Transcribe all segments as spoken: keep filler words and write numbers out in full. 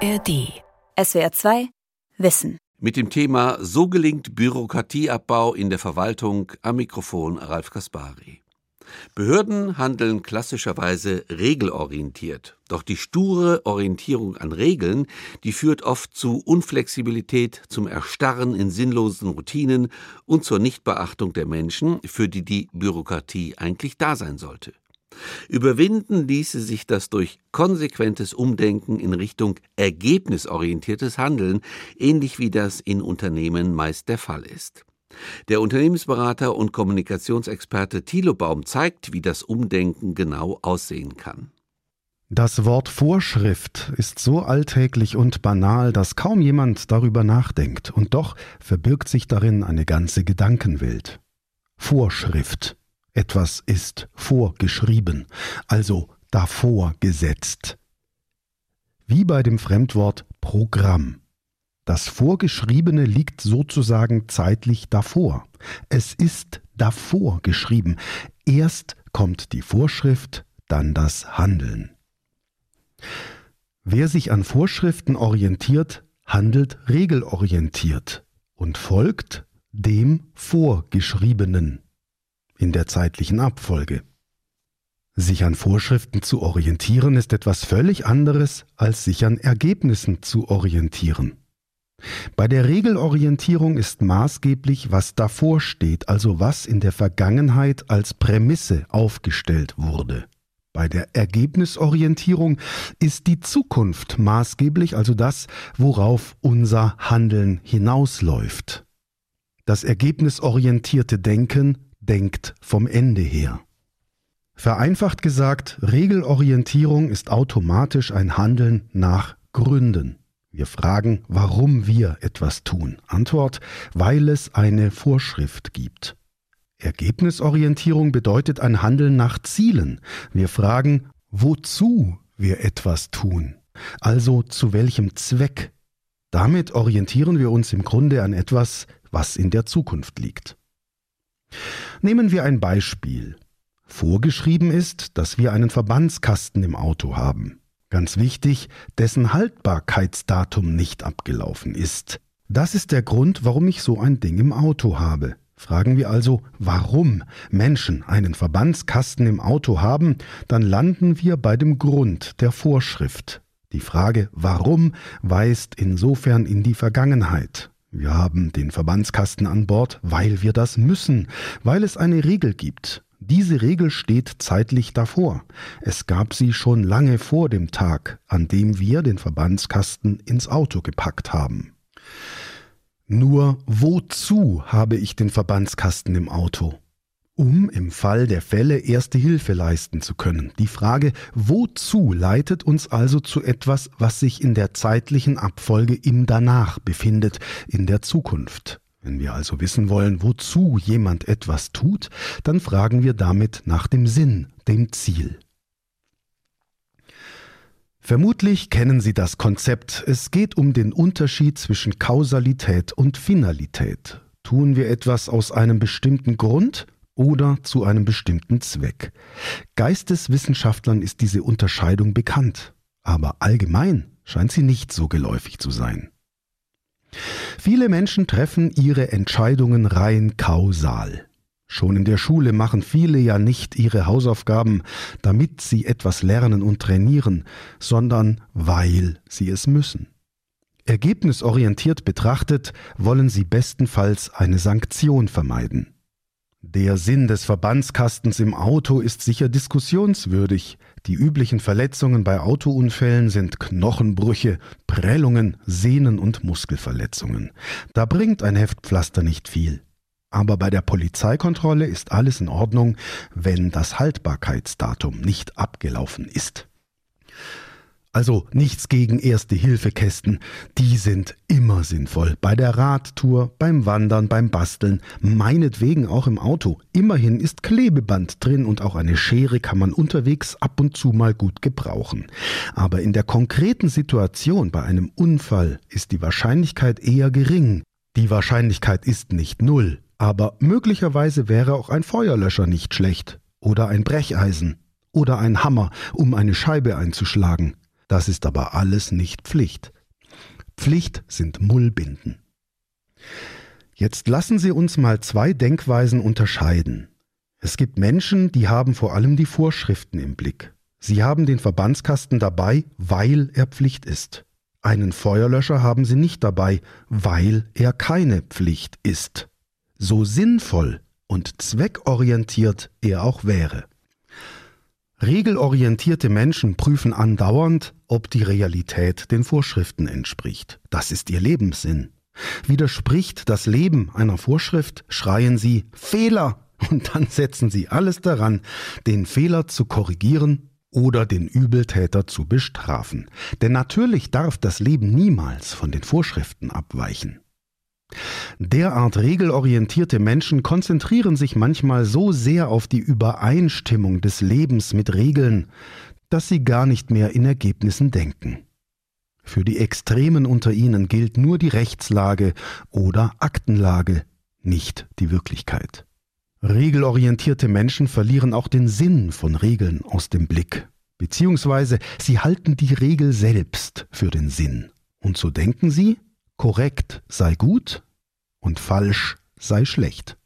R D. S W R zwei Wissen. Mit dem Thema So gelingt Bürokratieabbau in der Verwaltung am Mikrofon Ralf Kaspari. Behörden handeln klassischerweise regelorientiert. Doch die sture Orientierung an Regeln, die führt oft zu Unflexibilität, zum Erstarren in sinnlosen Routinen und zur Nichtbeachtung der Menschen, für die die Bürokratie eigentlich da sein sollte. Überwinden ließe sich das durch konsequentes Umdenken in Richtung ergebnisorientiertes Handeln, ähnlich wie das in Unternehmen meist der Fall ist. Der Unternehmensberater und Kommunikationsexperte Thilo Baum zeigt, wie das Umdenken genau aussehen kann. Das Wort Vorschrift ist so alltäglich und banal, dass kaum jemand darüber nachdenkt. Und doch verbirgt sich darin eine ganze Gedankenwelt. Vorschrift. Etwas ist vorgeschrieben, also davor gesetzt. Wie bei dem Fremdwort Programm. Das Vorgeschriebene liegt sozusagen zeitlich davor. Es ist davor geschrieben. Erst kommt die Vorschrift, dann das Handeln. Wer sich an Vorschriften orientiert, handelt regelorientiert und folgt dem Vorgeschriebenen in der zeitlichen Abfolge. Sich an Vorschriften zu orientieren, ist etwas völlig anderes, als sich an Ergebnissen zu orientieren. Bei der Regelorientierung ist maßgeblich, was davor steht, also was in der Vergangenheit als Prämisse aufgestellt wurde. Bei der Ergebnisorientierung ist die Zukunft maßgeblich, also das, worauf unser Handeln hinausläuft. Das ergebnisorientierte Denken denkt vom Ende her. Vereinfacht gesagt, Regelorientierung ist automatisch ein Handeln nach Gründen. Wir fragen, warum wir etwas tun. Antwort, weil es eine Vorschrift gibt. Ergebnisorientierung bedeutet ein Handeln nach Zielen. Wir fragen, wozu wir etwas tun. Also zu welchem Zweck. Damit orientieren wir uns im Grunde an etwas, was in der Zukunft liegt. Nehmen wir ein Beispiel. Vorgeschrieben ist, dass wir einen Verbandskasten im Auto haben. Ganz wichtig, dessen Haltbarkeitsdatum nicht abgelaufen ist. Das ist der Grund, warum ich so ein Ding im Auto habe. Fragen wir also, warum Menschen einen Verbandskasten im Auto haben, dann landen wir bei dem Grund der Vorschrift. Die Frage, warum, weist insofern in die Vergangenheit. Wir haben den Verbandskasten an Bord, weil wir das müssen, weil es eine Regel gibt. Diese Regel steht zeitlich davor. Es gab sie schon lange vor dem Tag, an dem wir den Verbandskasten ins Auto gepackt haben. Nur wozu habe ich den Verbandskasten im Auto? Um im Fall der Fälle Erste Hilfe leisten zu können. Die Frage, wozu, leitet uns also zu etwas, was sich in der zeitlichen Abfolge im Danach befindet, in der Zukunft. Wenn wir also wissen wollen, wozu jemand etwas tut, dann fragen wir damit nach dem Sinn, dem Ziel. Vermutlich kennen Sie das Konzept. Es geht um den Unterschied zwischen Kausalität und Finalität. Tun wir etwas aus einem bestimmten Grund oder zu einem bestimmten Zweck? Geisteswissenschaftlern ist diese Unterscheidung bekannt, aber allgemein scheint sie nicht so geläufig zu sein. Viele Menschen treffen ihre Entscheidungen rein kausal. Schon in der Schule machen viele ja nicht ihre Hausaufgaben, damit sie etwas lernen und trainieren, sondern weil sie es müssen. Ergebnisorientiert betrachtet wollen sie bestenfalls eine Sanktion vermeiden. Der Sinn des Verbandskastens im Auto ist sicher diskussionswürdig. Die üblichen Verletzungen bei Autounfällen sind Knochenbrüche, Prellungen, Sehnen- und Muskelverletzungen. Da bringt ein Heftpflaster nicht viel. Aber bei der Polizeikontrolle ist alles in Ordnung, wenn das Haltbarkeitsdatum nicht abgelaufen ist. Also nichts gegen Erste-Hilfe-Kästen, die sind immer sinnvoll. Bei der Radtour, beim Wandern, beim Basteln, meinetwegen auch im Auto. Immerhin ist Klebeband drin und auch eine Schere kann man unterwegs ab und zu mal gut gebrauchen. Aber in der konkreten Situation bei einem Unfall ist die Wahrscheinlichkeit eher gering. Die Wahrscheinlichkeit ist nicht null, aber möglicherweise wäre auch ein Feuerlöscher nicht schlecht. Oder ein Brecheisen. Oder ein Hammer, um eine Scheibe einzuschlagen. Das ist aber alles nicht Pflicht. Pflicht sind Mullbinden. Jetzt lassen Sie uns mal zwei Denkweisen unterscheiden. Es gibt Menschen, die haben vor allem die Vorschriften im Blick. Sie haben den Verbandskasten dabei, weil er Pflicht ist. Einen Feuerlöscher haben sie nicht dabei, weil er keine Pflicht ist. So sinnvoll und zweckorientiert er auch wäre. Regelorientierte Menschen prüfen andauernd, ob die Realität den Vorschriften entspricht. Das ist ihr Lebenssinn. Widerspricht das Leben einer Vorschrift, schreien sie Fehler und dann setzen sie alles daran, den Fehler zu korrigieren oder den Übeltäter zu bestrafen. Denn natürlich darf das Leben niemals von den Vorschriften abweichen. Derart regelorientierte Menschen konzentrieren sich manchmal so sehr auf die Übereinstimmung des Lebens mit Regeln, dass sie gar nicht mehr in Ergebnissen denken. Für die Extremen unter ihnen gilt nur die Rechtslage oder Aktenlage, nicht die Wirklichkeit. Regelorientierte Menschen verlieren auch den Sinn von Regeln aus dem Blick, beziehungsweise sie halten die Regel selbst für den Sinn. Und so denken sie, korrekt sei gut und falsch sei schlecht.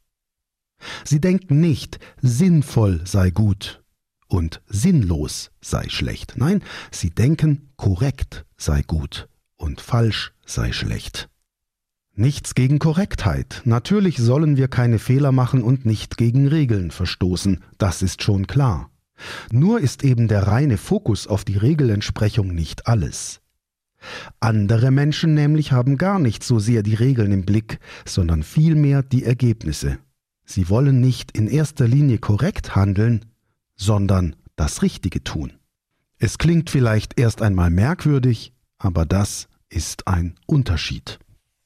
Sie denken nicht, sinnvoll sei gut und sinnlos sei schlecht. Nein, sie denken, korrekt sei gut und falsch sei schlecht. Nichts gegen Korrektheit. Natürlich sollen wir keine Fehler machen und nicht gegen Regeln verstoßen. Das ist schon klar. Nur ist eben der reine Fokus auf die Regelentsprechung nicht alles. Andere Menschen nämlich haben gar nicht so sehr die Regeln im Blick, sondern vielmehr die Ergebnisse. Sie wollen nicht in erster Linie korrekt handeln, sondern das Richtige tun. Es klingt vielleicht erst einmal merkwürdig, aber das ist ein Unterschied.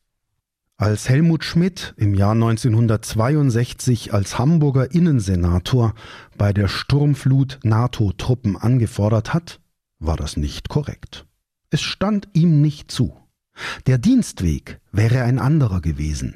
Als Helmut Schmidt im Jahr neunzehnhundertzweiundsechzig als Hamburger Innensenator bei der Sturmflut NATO-Truppen angefordert hat, war das nicht korrekt. Es stand ihm nicht zu. Der Dienstweg wäre ein anderer gewesen.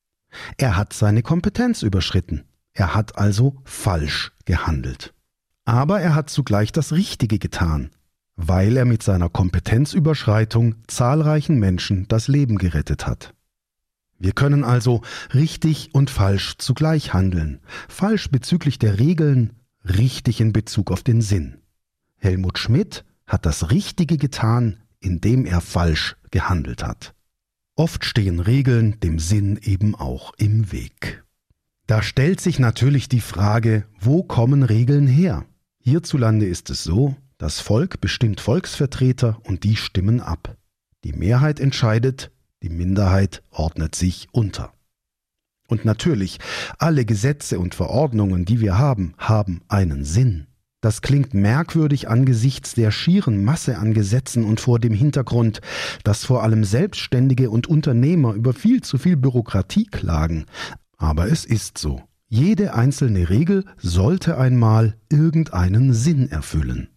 Er hat seine Kompetenz überschritten. Er hat also falsch gehandelt. Aber er hat zugleich das Richtige getan, weil er mit seiner Kompetenzüberschreitung zahlreichen Menschen das Leben gerettet hat. Wir können also richtig und falsch zugleich handeln. Falsch bezüglich der Regeln, richtig in Bezug auf den Sinn. Helmut Schmidt hat das Richtige getan, indem er falsch gehandelt hat. Oft stehen Regeln dem Sinn eben auch im Weg. Da stellt sich natürlich die Frage, wo kommen Regeln her? Hierzulande ist es so, das Volk bestimmt Volksvertreter und die stimmen ab. Die Mehrheit entscheidet, die Minderheit ordnet sich unter. Und natürlich, alle Gesetze und Verordnungen, die wir haben, haben einen Sinn. Das klingt merkwürdig angesichts der schieren Masse an Gesetzen und vor dem Hintergrund, dass vor allem Selbstständige und Unternehmer über viel zu viel Bürokratie klagen. Aber es ist so. Jede einzelne Regel sollte einmal irgendeinen Sinn erfüllen.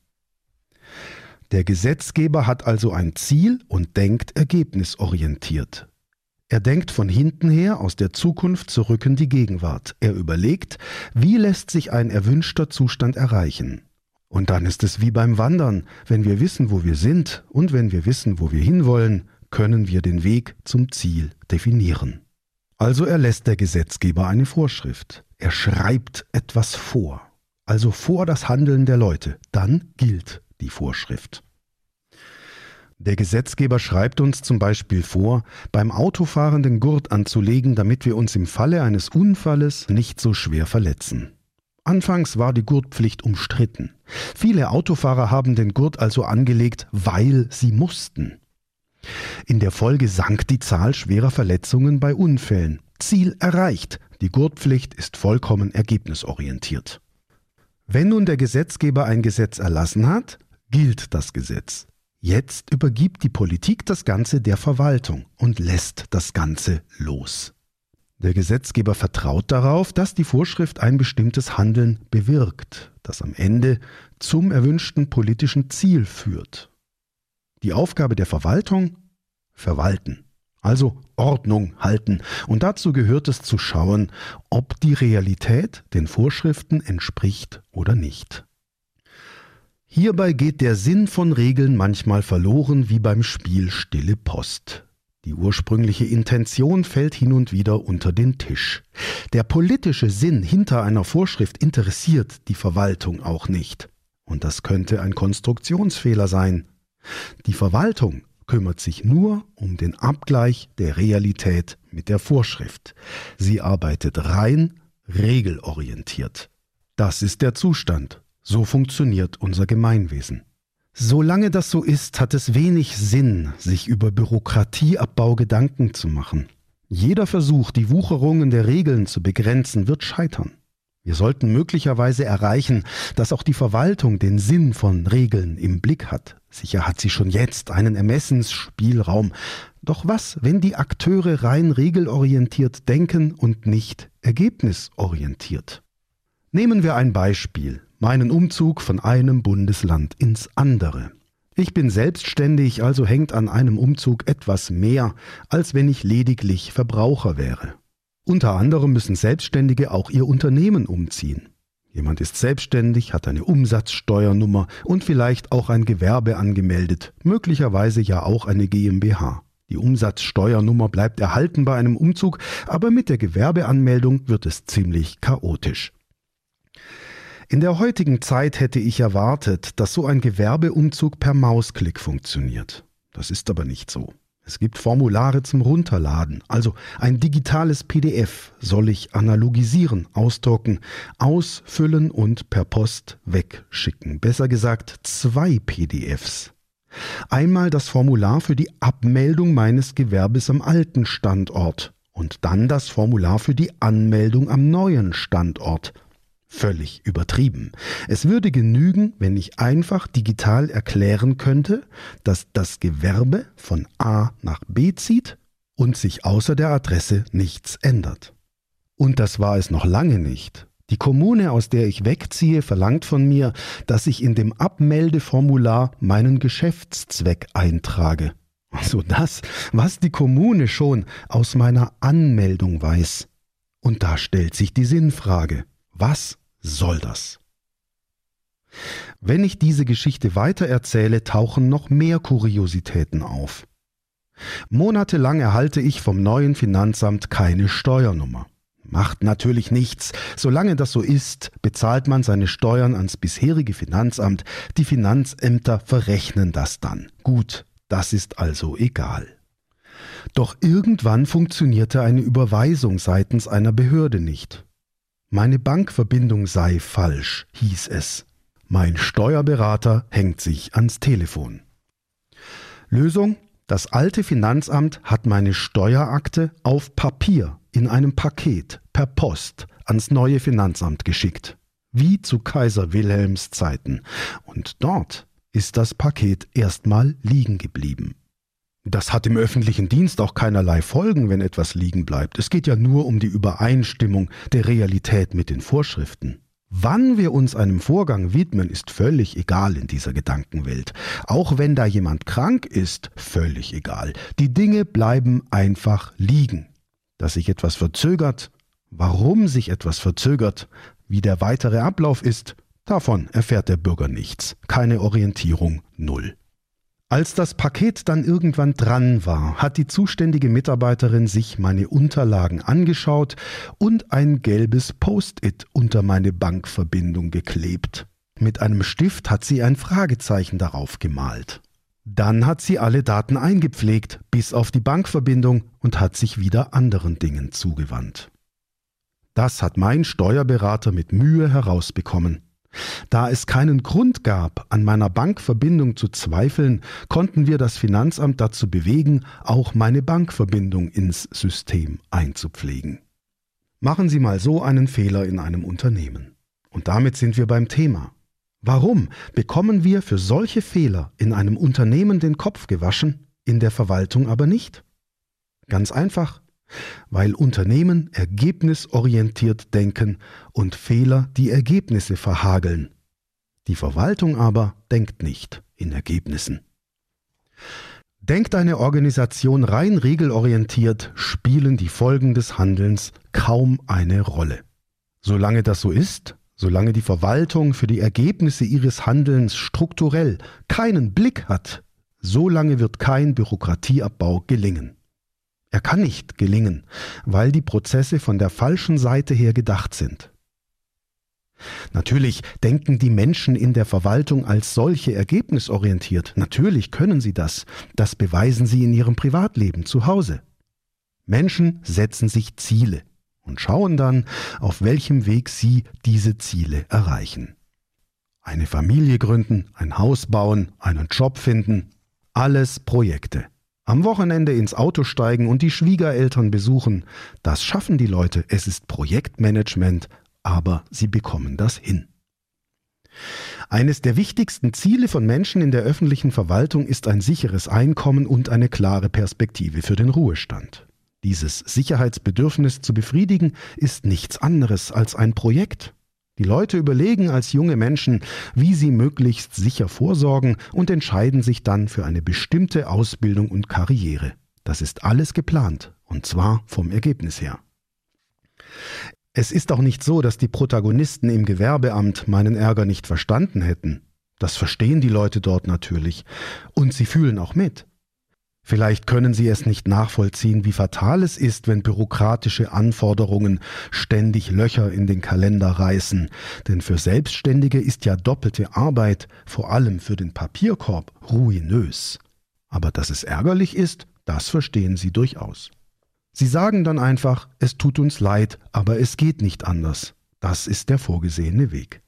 Der Gesetzgeber hat also ein Ziel und denkt ergebnisorientiert. Er denkt von hinten her aus der Zukunft zurück in die Gegenwart. Er überlegt, wie lässt sich ein erwünschter Zustand erreichen. Und dann ist es wie beim Wandern. Wenn wir wissen, wo wir sind und wenn wir wissen, wo wir hinwollen, können wir den Weg zum Ziel definieren. Also erlässt der Gesetzgeber eine Vorschrift. Er schreibt etwas vor, also vor das Handeln der Leute. Dann gilt die Vorschrift. Der Gesetzgeber schreibt uns zum Beispiel vor, beim Autofahren den Gurt anzulegen, damit wir uns im Falle eines Unfalles nicht so schwer verletzen. Anfangs war die Gurtpflicht umstritten. Viele Autofahrer haben den Gurt also angelegt, weil sie mussten. In der Folge sank die Zahl schwerer Verletzungen bei Unfällen. Ziel erreicht. Die Gurtpflicht ist vollkommen ergebnisorientiert. Wenn nun der Gesetzgeber ein Gesetz erlassen hat, gilt das Gesetz. Jetzt übergibt die Politik das Ganze der Verwaltung und lässt das Ganze los. Der Gesetzgeber vertraut darauf, dass die Vorschrift ein bestimmtes Handeln bewirkt, das am Ende zum erwünschten politischen Ziel führt. Die Aufgabe der Verwaltung? Verwalten. Also Ordnung halten. Und dazu gehört es zu schauen, ob die Realität den Vorschriften entspricht oder nicht. Hierbei geht der Sinn von Regeln manchmal verloren wie beim Spiel Stille Post. Die ursprüngliche Intention fällt hin und wieder unter den Tisch. Der politische Sinn hinter einer Vorschrift interessiert die Verwaltung auch nicht. Und das könnte ein Konstruktionsfehler sein. Die Verwaltung kümmert sich nur um den Abgleich der Realität mit der Vorschrift. Sie arbeitet rein regelorientiert. Das ist der Zustand. So funktioniert unser Gemeinwesen. Solange das so ist, hat es wenig Sinn, sich über Bürokratieabbau Gedanken zu machen. Jeder Versuch, die Wucherungen der Regeln zu begrenzen, wird scheitern. Wir sollten möglicherweise erreichen, dass auch die Verwaltung den Sinn von Regeln im Blick hat. Sicher hat sie schon jetzt einen Ermessensspielraum. Doch was, wenn die Akteure rein regelorientiert denken und nicht ergebnisorientiert? Nehmen wir ein Beispiel, meinen Umzug von einem Bundesland ins andere. Ich bin selbstständig, also hängt an einem Umzug etwas mehr, als wenn ich lediglich Verbraucher wäre. Unter anderem müssen Selbstständige auch ihr Unternehmen umziehen. Jemand ist selbstständig, hat eine Umsatzsteuernummer und vielleicht auch ein Gewerbe angemeldet, möglicherweise ja auch eine GmbH. Die Umsatzsteuernummer bleibt erhalten bei einem Umzug, aber mit der Gewerbeanmeldung wird es ziemlich chaotisch. In der heutigen Zeit hätte ich erwartet, dass so ein Gewerbeumzug per Mausklick funktioniert. Das ist aber nicht so. Es gibt Formulare zum Runterladen, also ein digitales P D F soll ich analogisieren, ausdrucken, ausfüllen und per Post wegschicken. Besser gesagt zwei P D Fs. Einmal das Formular für die Abmeldung meines Gewerbes am alten Standort und dann das Formular für die Anmeldung am neuen Standort. Völlig übertrieben. Es würde genügen, wenn ich einfach digital erklären könnte, dass das Gewerbe von A nach B zieht und sich außer der Adresse nichts ändert. Und das war es noch lange nicht. Die Kommune, aus der ich wegziehe, verlangt von mir, dass ich in dem Abmeldeformular meinen Geschäftszweck eintrage. Also das, was die Kommune schon aus meiner Anmeldung weiß. Und da stellt sich die Sinnfrage. Was soll das? Wenn ich diese Geschichte weitererzähle, tauchen noch mehr Kuriositäten auf. Monatelang erhalte ich vom neuen Finanzamt keine Steuernummer. Macht natürlich nichts. Solange das so ist, bezahlt man seine Steuern ans bisherige Finanzamt. Die Finanzämter verrechnen das dann. Gut, das ist also egal. Doch irgendwann funktionierte eine Überweisung seitens einer Behörde nicht. Meine Bankverbindung sei falsch, hieß es. Mein Steuerberater hängt sich ans Telefon. Lösung: Das alte Finanzamt hat meine Steuerakte auf Papier in einem Paket per Post ans neue Finanzamt geschickt. Wie zu Kaiser Wilhelms Zeiten. Und dort ist das Paket erstmal liegen geblieben. Das hat im öffentlichen Dienst auch keinerlei Folgen, wenn etwas liegen bleibt. Es geht ja nur um die Übereinstimmung der Realität mit den Vorschriften. Wann wir uns einem Vorgang widmen, ist völlig egal in dieser Gedankenwelt. Auch wenn da jemand krank ist, völlig egal. Die Dinge bleiben einfach liegen. Dass sich etwas verzögert, warum sich etwas verzögert, wie der weitere Ablauf ist, davon erfährt der Bürger nichts. Keine Orientierung, null. Als das Paket dann irgendwann dran war, hat die zuständige Mitarbeiterin sich meine Unterlagen angeschaut und ein gelbes Post-it unter meine Bankverbindung geklebt. Mit einem Stift hat sie ein Fragezeichen darauf gemalt. Dann hat sie alle Daten eingepflegt, bis auf die Bankverbindung, und hat sich wieder anderen Dingen zugewandt. Das hat mein Steuerberater mit Mühe herausbekommen. Da es keinen Grund gab, an meiner Bankverbindung zu zweifeln, konnten wir das Finanzamt dazu bewegen, auch meine Bankverbindung ins System einzupflegen. Machen Sie mal so einen Fehler in einem Unternehmen. Und damit sind wir beim Thema. Warum bekommen wir für solche Fehler in einem Unternehmen den Kopf gewaschen, in der Verwaltung aber nicht? Ganz einfach. Weil Unternehmen ergebnisorientiert denken und Fehler die Ergebnisse verhageln. Die Verwaltung aber denkt nicht in Ergebnissen. Denkt eine Organisation rein regelorientiert, spielen die Folgen des Handelns kaum eine Rolle. Solange das so ist, Solange die Verwaltung für die Ergebnisse ihres Handelns strukturell keinen Blick hat, solange wird kein Bürokratieabbau gelingen. Er kann nicht gelingen, weil die Prozesse von der falschen Seite her gedacht sind. Natürlich denken die Menschen in der Verwaltung als solche ergebnisorientiert. Natürlich können sie das. Das beweisen sie in ihrem Privatleben zu Hause. Menschen setzen sich Ziele und schauen dann, auf welchem Weg sie diese Ziele erreichen. Eine Familie gründen, ein Haus bauen, einen Job finden, alles Projekte. Am Wochenende ins Auto steigen und die Schwiegereltern besuchen, das schaffen die Leute. Es ist Projektmanagement, aber sie bekommen das hin. Eines der wichtigsten Ziele von Menschen in der öffentlichen Verwaltung ist ein sicheres Einkommen und eine klare Perspektive für den Ruhestand. Dieses Sicherheitsbedürfnis zu befriedigen ist nichts anderes als ein Projekt. Die Leute überlegen als junge Menschen, wie sie möglichst sicher vorsorgen und entscheiden sich dann für eine bestimmte Ausbildung und Karriere. Das ist alles geplant, und zwar vom Ergebnis her. Es ist auch nicht so, dass die Protagonisten im Gewerbeamt meinen Ärger nicht verstanden hätten. Das verstehen die Leute dort natürlich. Und sie fühlen auch mit. Vielleicht können sie es nicht nachvollziehen, wie fatal es ist, wenn bürokratische Anforderungen ständig Löcher in den Kalender reißen. Denn für Selbstständige ist ja doppelte Arbeit, vor allem für den Papierkorb, ruinös. Aber dass es ärgerlich ist, das verstehen sie durchaus. Sie sagen dann einfach, es tut uns leid, aber es geht nicht anders. Das ist der vorgesehene Weg.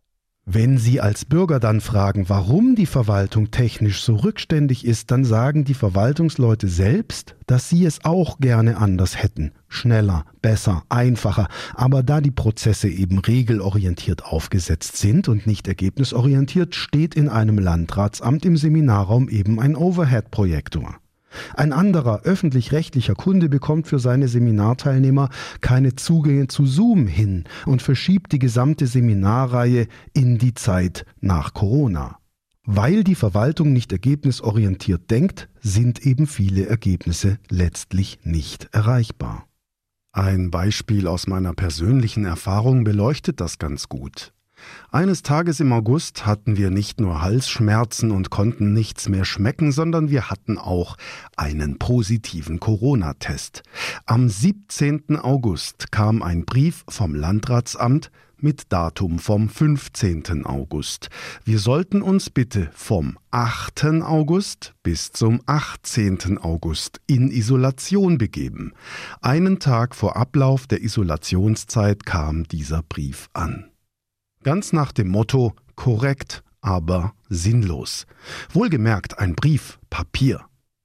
Wenn Sie als Bürger dann fragen, warum die Verwaltung technisch so rückständig ist, dann sagen die Verwaltungsleute selbst, dass sie es auch gerne anders hätten. Schneller, besser, einfacher. Aber da die Prozesse eben regelorientiert aufgesetzt sind und nicht ergebnisorientiert, steht in einem Landratsamt im Seminarraum eben ein Overhead-Projektor. Ein anderer öffentlich-rechtlicher Kunde bekommt für seine Seminarteilnehmer keine Zugänge zu Zoom hin und verschiebt die gesamte Seminarreihe in die Zeit nach Corona. Weil die Verwaltung nicht ergebnisorientiert denkt, sind eben viele Ergebnisse letztlich nicht erreichbar. Ein Beispiel aus meiner persönlichen Erfahrung beleuchtet das ganz gut. Eines Tages im August hatten wir nicht nur Halsschmerzen und konnten nichts mehr schmecken, sondern wir hatten auch einen positiven Corona-Test. Am siebzehnten August kam ein Brief vom Landratsamt mit Datum vom fünfzehnten August. Wir sollten uns bitte vom achten August bis zum achtzehnten August in Isolation begeben. Einen Tag vor Ablauf der Isolationszeit kam dieser Brief an. Ganz nach dem Motto, korrekt, aber sinnlos. Wohlgemerkt ein Brief, Papier.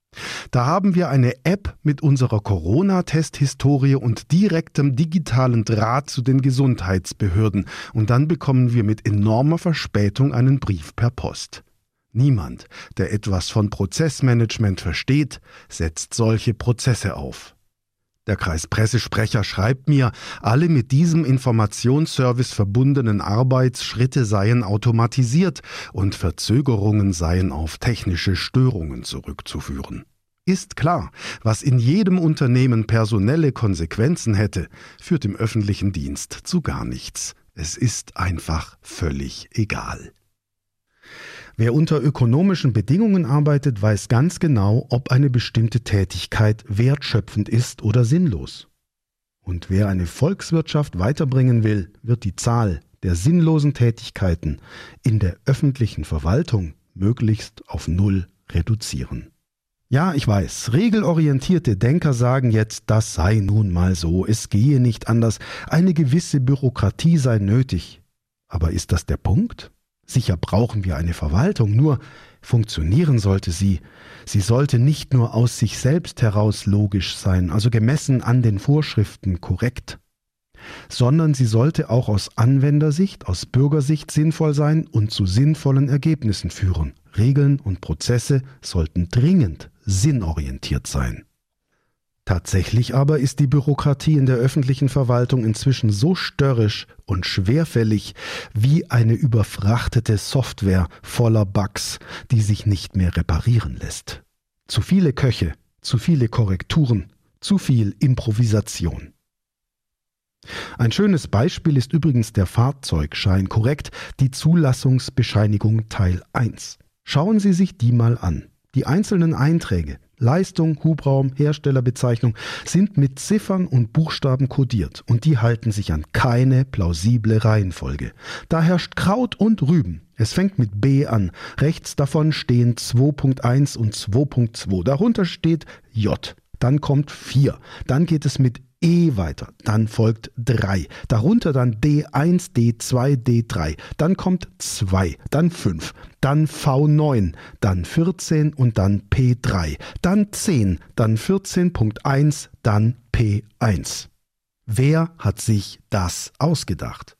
Da haben wir eine App mit unserer Corona-Test-Historie und direktem digitalen Draht zu den Gesundheitsbehörden und dann bekommen wir mit enormer Verspätung einen Brief per Post. Niemand, der etwas von Prozessmanagement versteht, setzt solche Prozesse auf. Der Kreispressesprecher schreibt mir, alle mit diesem Informationsservice verbundenen Arbeitsschritte seien automatisiert und Verzögerungen seien auf technische Störungen zurückzuführen. Ist klar, was in jedem Unternehmen personelle Konsequenzen hätte, führt im öffentlichen Dienst zu gar nichts. Es ist einfach völlig egal. Wer unter ökonomischen Bedingungen arbeitet, weiß ganz genau, ob eine bestimmte Tätigkeit wertschöpfend ist oder sinnlos. Und wer eine Volkswirtschaft weiterbringen will, wird die Zahl der sinnlosen Tätigkeiten in der öffentlichen Verwaltung möglichst auf Null reduzieren. Ja, ich weiß, regelorientierte Denker sagen jetzt, das sei nun mal so, es gehe nicht anders, eine gewisse Bürokratie sei nötig. Aber ist das der Punkt? Sicher brauchen wir eine Verwaltung, nur funktionieren sollte sie. Sie sollte nicht nur aus sich selbst heraus logisch sein, also gemessen an den Vorschriften korrekt, sondern sie sollte auch aus Anwendersicht, aus Bürgersicht sinnvoll sein und zu sinnvollen Ergebnissen führen. Regeln und Prozesse sollten dringend sinnorientiert sein. Tatsächlich aber ist die Bürokratie in der öffentlichen Verwaltung inzwischen so störrisch und schwerfällig wie eine überfrachtete Software voller Bugs, die sich nicht mehr reparieren lässt. Zu viele Köche, zu viele Korrekturen, zu viel Improvisation. Ein schönes Beispiel ist übrigens der Fahrzeugschein, korrekt die Zulassungsbescheinigung Teil eins. Schauen Sie sich die mal an. Die einzelnen Einträge, Leistung, Hubraum, Herstellerbezeichnung, sind mit Ziffern und Buchstaben kodiert und die halten sich an keine plausible Reihenfolge. Da herrscht Kraut und Rüben. Es fängt mit B an. Rechts davon stehen zwei Punkt eins und zwei Punkt zwei. Darunter steht J. Dann kommt vier. Dann geht es mit E weiter. Dann folgt drei. Darunter dann D eins, D zwei, D drei. Dann kommt zwei. Dann fünf. Dann V neun. Dann vierzehn und dann P drei. Dann zehn. Dann vierzehn Punkt eins. Dann P eins. Wer hat sich das ausgedacht?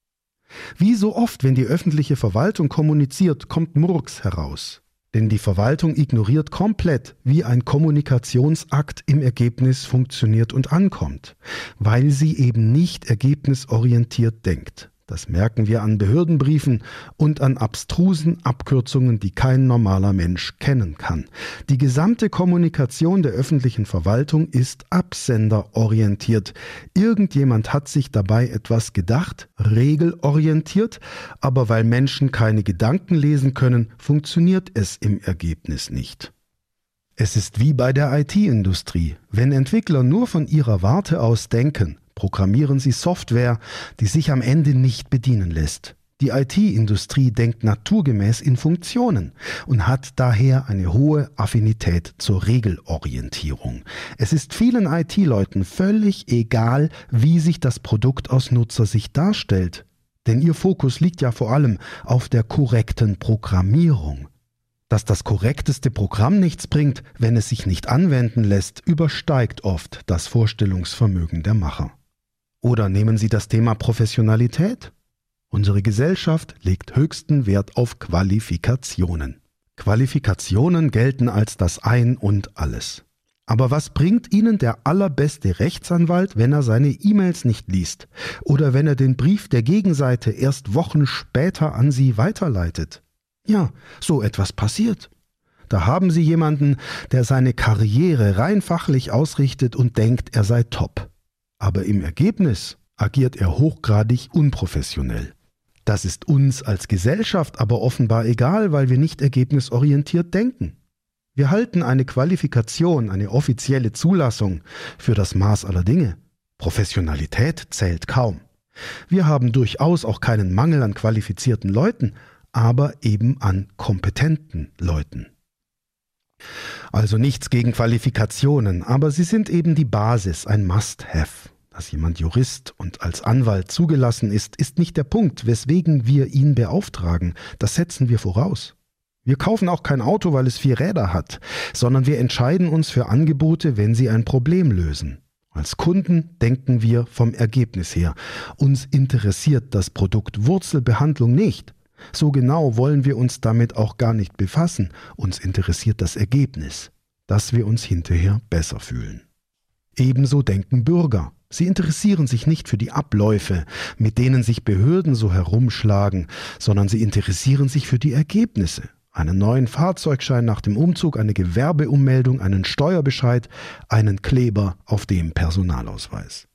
Wie so oft, wenn die öffentliche Verwaltung kommuniziert, kommt Murks heraus. Denn die Verwaltung ignoriert komplett, wie ein Kommunikationsakt im Ergebnis funktioniert und ankommt, weil sie eben nicht ergebnisorientiert denkt. Das merken wir an Behördenbriefen und an abstrusen Abkürzungen, die kein normaler Mensch kennen kann. Die gesamte Kommunikation der öffentlichen Verwaltung ist absenderorientiert. Irgendjemand hat sich dabei etwas gedacht, regelorientiert, aber weil Menschen keine Gedanken lesen können, funktioniert es im Ergebnis nicht. Es ist wie bei der I T-Industrie. Wenn Entwickler nur von ihrer Warte aus denken, programmieren sie Software, die sich am Ende nicht bedienen lässt. Die I T-Industrie denkt naturgemäß in Funktionen und hat daher eine hohe Affinität zur Regelorientierung. Es ist vielen I T-Leuten völlig egal, wie sich das Produkt aus Nutzersicht darstellt. Denn ihr Fokus liegt ja vor allem auf der korrekten Programmierung. Dass das korrekteste Programm nichts bringt, wenn es sich nicht anwenden lässt, übersteigt oft das Vorstellungsvermögen der Macher. Oder nehmen Sie das Thema Professionalität. Unsere Gesellschaft legt höchsten Wert auf Qualifikationen. Qualifikationen gelten als das Ein und Alles. Aber was bringt Ihnen der allerbeste Rechtsanwalt, wenn er seine E-Mails nicht liest oder wenn er den Brief der Gegenseite erst Wochen später an Sie weiterleitet? Ja, so etwas passiert. Da haben Sie jemanden, der seine Karriere rein fachlich ausrichtet und denkt, er sei top. Aber im Ergebnis agiert er hochgradig unprofessionell. Das ist uns als Gesellschaft aber offenbar egal, weil wir nicht ergebnisorientiert denken. Wir halten eine Qualifikation, eine offizielle Zulassung für das Maß aller Dinge. Professionalität zählt kaum. Wir haben durchaus auch keinen Mangel an qualifizierten Leuten, aber eben an kompetenten Leuten. Also nichts gegen Qualifikationen, aber sie sind eben die Basis, ein Must-Have. Dass jemand Jurist und als Anwalt zugelassen ist, ist nicht der Punkt, weswegen wir ihn beauftragen. Das setzen wir voraus. Wir kaufen auch kein Auto, weil es vier Räder hat, sondern wir entscheiden uns für Angebote, wenn sie ein Problem lösen. Als Kunden denken wir vom Ergebnis her. Uns interessiert das Produkt Wurzelbehandlung nicht. So genau wollen wir uns damit auch gar nicht befassen. Uns interessiert das Ergebnis, dass wir uns hinterher besser fühlen. Ebenso denken Bürger. Sie interessieren sich nicht für die Abläufe, mit denen sich Behörden so herumschlagen, sondern sie interessieren sich für die Ergebnisse. Einen neuen Fahrzeugschein nach dem Umzug, eine Gewerbeummeldung, einen Steuerbescheid, einen Kleber auf dem Personalausweis.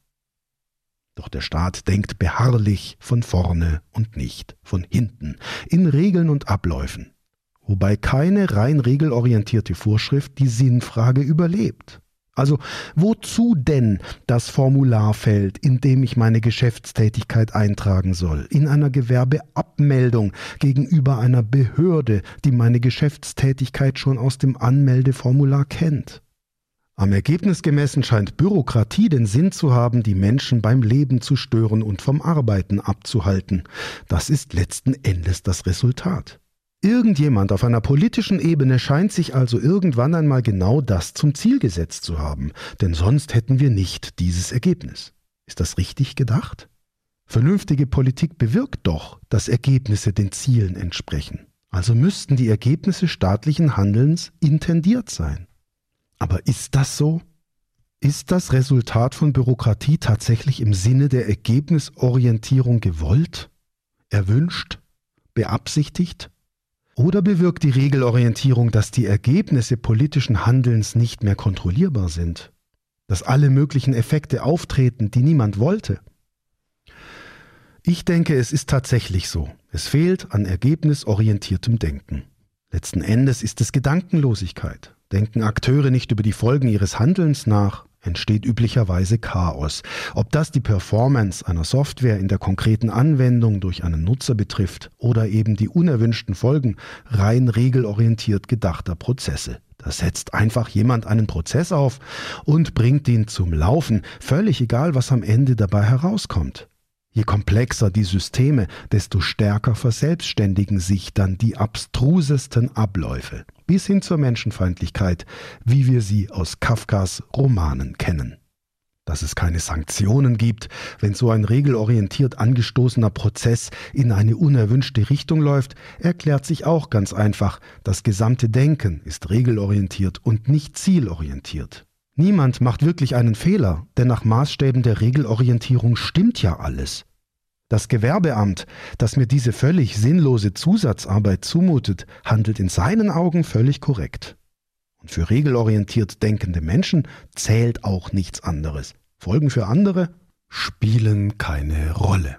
Doch der Staat denkt beharrlich von vorne und nicht von hinten, in Regeln und Abläufen, wobei keine rein regelorientierte Vorschrift die Sinnfrage überlebt. Also wozu denn das Formularfeld, in dem ich meine Geschäftstätigkeit eintragen soll, in einer Gewerbeabmeldung gegenüber einer Behörde, die meine Geschäftstätigkeit schon aus dem Anmeldeformular kennt? Am Ergebnis gemessen scheint Bürokratie den Sinn zu haben, die Menschen beim Leben zu stören und vom Arbeiten abzuhalten. Das ist letzten Endes das Resultat. Irgendjemand auf einer politischen Ebene scheint sich also irgendwann einmal genau das zum Ziel gesetzt zu haben, denn sonst hätten wir nicht dieses Ergebnis. Ist das richtig gedacht? Vernünftige Politik bewirkt doch, dass Ergebnisse den Zielen entsprechen. Also müssten die Ergebnisse staatlichen Handelns intendiert sein. Aber ist das so? Ist das Resultat von Bürokratie tatsächlich im Sinne der Ergebnisorientierung gewollt, erwünscht, beabsichtigt? Oder bewirkt die Regelorientierung, dass die Ergebnisse politischen Handelns nicht mehr kontrollierbar sind? Dass alle möglichen Effekte auftreten, die niemand wollte? Ich denke, es ist tatsächlich so. Es fehlt an ergebnisorientiertem Denken. Letzten Endes ist es Gedankenlosigkeit. Denken Akteure nicht über die Folgen ihres Handelns nach, entsteht üblicherweise Chaos. Ob das die Performance einer Software in der konkreten Anwendung durch einen Nutzer betrifft oder eben die unerwünschten Folgen rein regelorientiert gedachter Prozesse. Da setzt einfach jemand einen Prozess auf und bringt ihn zum Laufen, völlig egal, was am Ende dabei herauskommt. Je komplexer die Systeme, desto stärker verselbstständigen sich dann die abstrusesten Abläufe, bis hin zur Menschenfeindlichkeit, wie wir sie aus Kafkas Romanen kennen. Dass es keine Sanktionen gibt, wenn so ein regelorientiert angestoßener Prozess in eine unerwünschte Richtung läuft, erklärt sich auch ganz einfach. Das gesamte Denken ist regelorientiert und nicht zielorientiert. Niemand macht wirklich einen Fehler, denn nach Maßstäben der Regelorientierung stimmt ja alles. Das Gewerbeamt, das mir diese völlig sinnlose Zusatzarbeit zumutet, handelt in seinen Augen völlig korrekt. Und für regelorientiert denkende Menschen zählt auch nichts anderes. Folgen für andere spielen keine Rolle.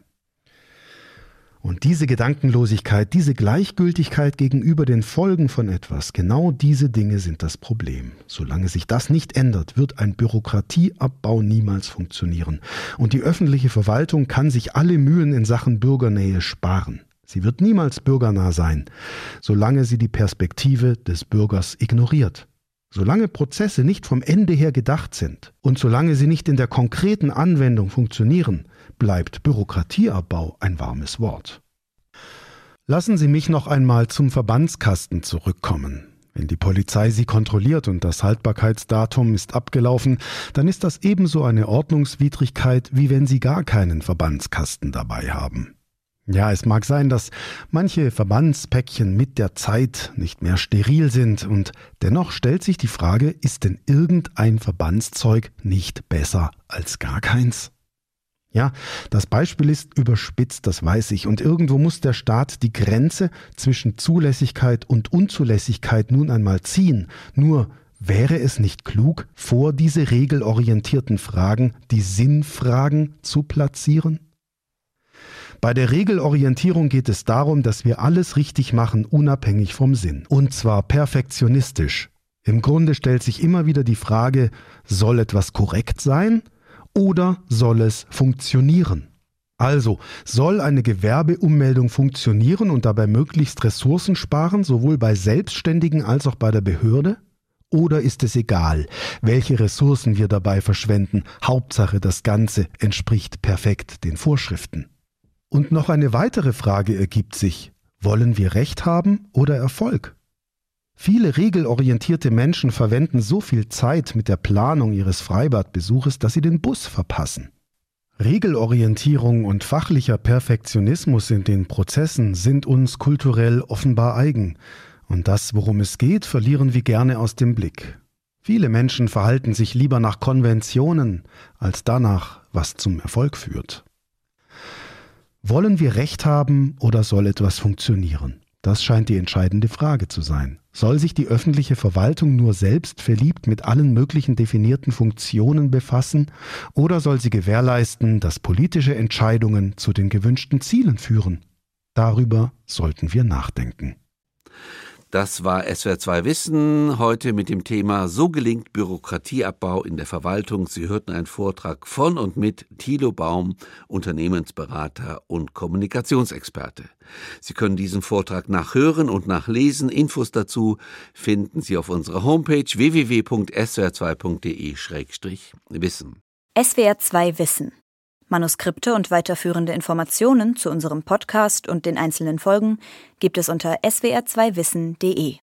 Und diese Gedankenlosigkeit, diese Gleichgültigkeit gegenüber den Folgen von etwas, genau diese Dinge sind das Problem. Solange sich das nicht ändert, wird ein Bürokratieabbau niemals funktionieren. Und die öffentliche Verwaltung kann sich alle Mühen in Sachen Bürgernähe sparen. Sie wird niemals bürgernah sein, solange sie die Perspektive des Bürgers ignoriert. Solange Prozesse nicht vom Ende her gedacht sind und solange sie nicht in der konkreten Anwendung funktionieren, bleibt Bürokratieabbau ein warmes Wort. Lassen Sie mich noch einmal zum Verbandskasten zurückkommen. Wenn die Polizei Sie kontrolliert und das Haltbarkeitsdatum ist abgelaufen, dann ist das ebenso eine Ordnungswidrigkeit, wie wenn Sie gar keinen Verbandskasten dabei haben. Ja, es mag sein, dass manche Verbandspäckchen mit der Zeit nicht mehr steril sind und dennoch stellt sich die Frage, ist denn irgendein Verbandszeug nicht besser als gar keins? Ja, das Beispiel ist überspitzt, das weiß ich, und irgendwo muss der Staat die Grenze zwischen Zulässigkeit und Unzulässigkeit nun einmal ziehen. Nur wäre es nicht klug, vor diese regelorientierten Fragen die Sinnfragen zu platzieren? Bei der Regelorientierung geht es darum, dass wir alles richtig machen, unabhängig vom Sinn. Und zwar perfektionistisch. Im Grunde stellt sich immer wieder die Frage, soll etwas korrekt sein oder soll es funktionieren? Also, soll eine Gewerbeummeldung funktionieren und dabei möglichst Ressourcen sparen, sowohl bei Selbstständigen als auch bei der Behörde? Oder ist es egal, welche Ressourcen wir dabei verschwenden? Hauptsache, das Ganze entspricht perfekt den Vorschriften. Und noch eine weitere Frage ergibt sich. Wollen wir Recht haben oder Erfolg? Viele regelorientierte Menschen verwenden so viel Zeit mit der Planung ihres Freibadbesuches, dass sie den Bus verpassen. Regelorientierung und fachlicher Perfektionismus in den Prozessen sind uns kulturell offenbar eigen. Und das, worum es geht, verlieren wir gerne aus dem Blick. Viele Menschen verhalten sich lieber nach Konventionen, als danach, was zum Erfolg führt. Wollen wir Recht haben oder soll etwas funktionieren? Das scheint die entscheidende Frage zu sein. Soll sich die öffentliche Verwaltung nur selbstverliebt mit allen möglichen definierten Funktionen befassen oder soll sie gewährleisten, dass politische Entscheidungen zu den gewünschten Zielen führen? Darüber sollten wir nachdenken. Das war S W R zwei Wissen, heute mit dem Thema So gelingt Bürokratieabbau in der Verwaltung. Sie hörten einen Vortrag von und mit Thilo Baum, Unternehmensberater und Kommunikationsexperte. Sie können diesen Vortrag nachhören und nachlesen. Infos dazu finden Sie auf unserer Homepage w w w punkt s w r zwei punkt d e slash wissen. S W R zwei Wissen. Manuskripte und weiterführende Informationen zu unserem Podcast und den einzelnen Folgen gibt es unter s w r zwei wissen punkt d e.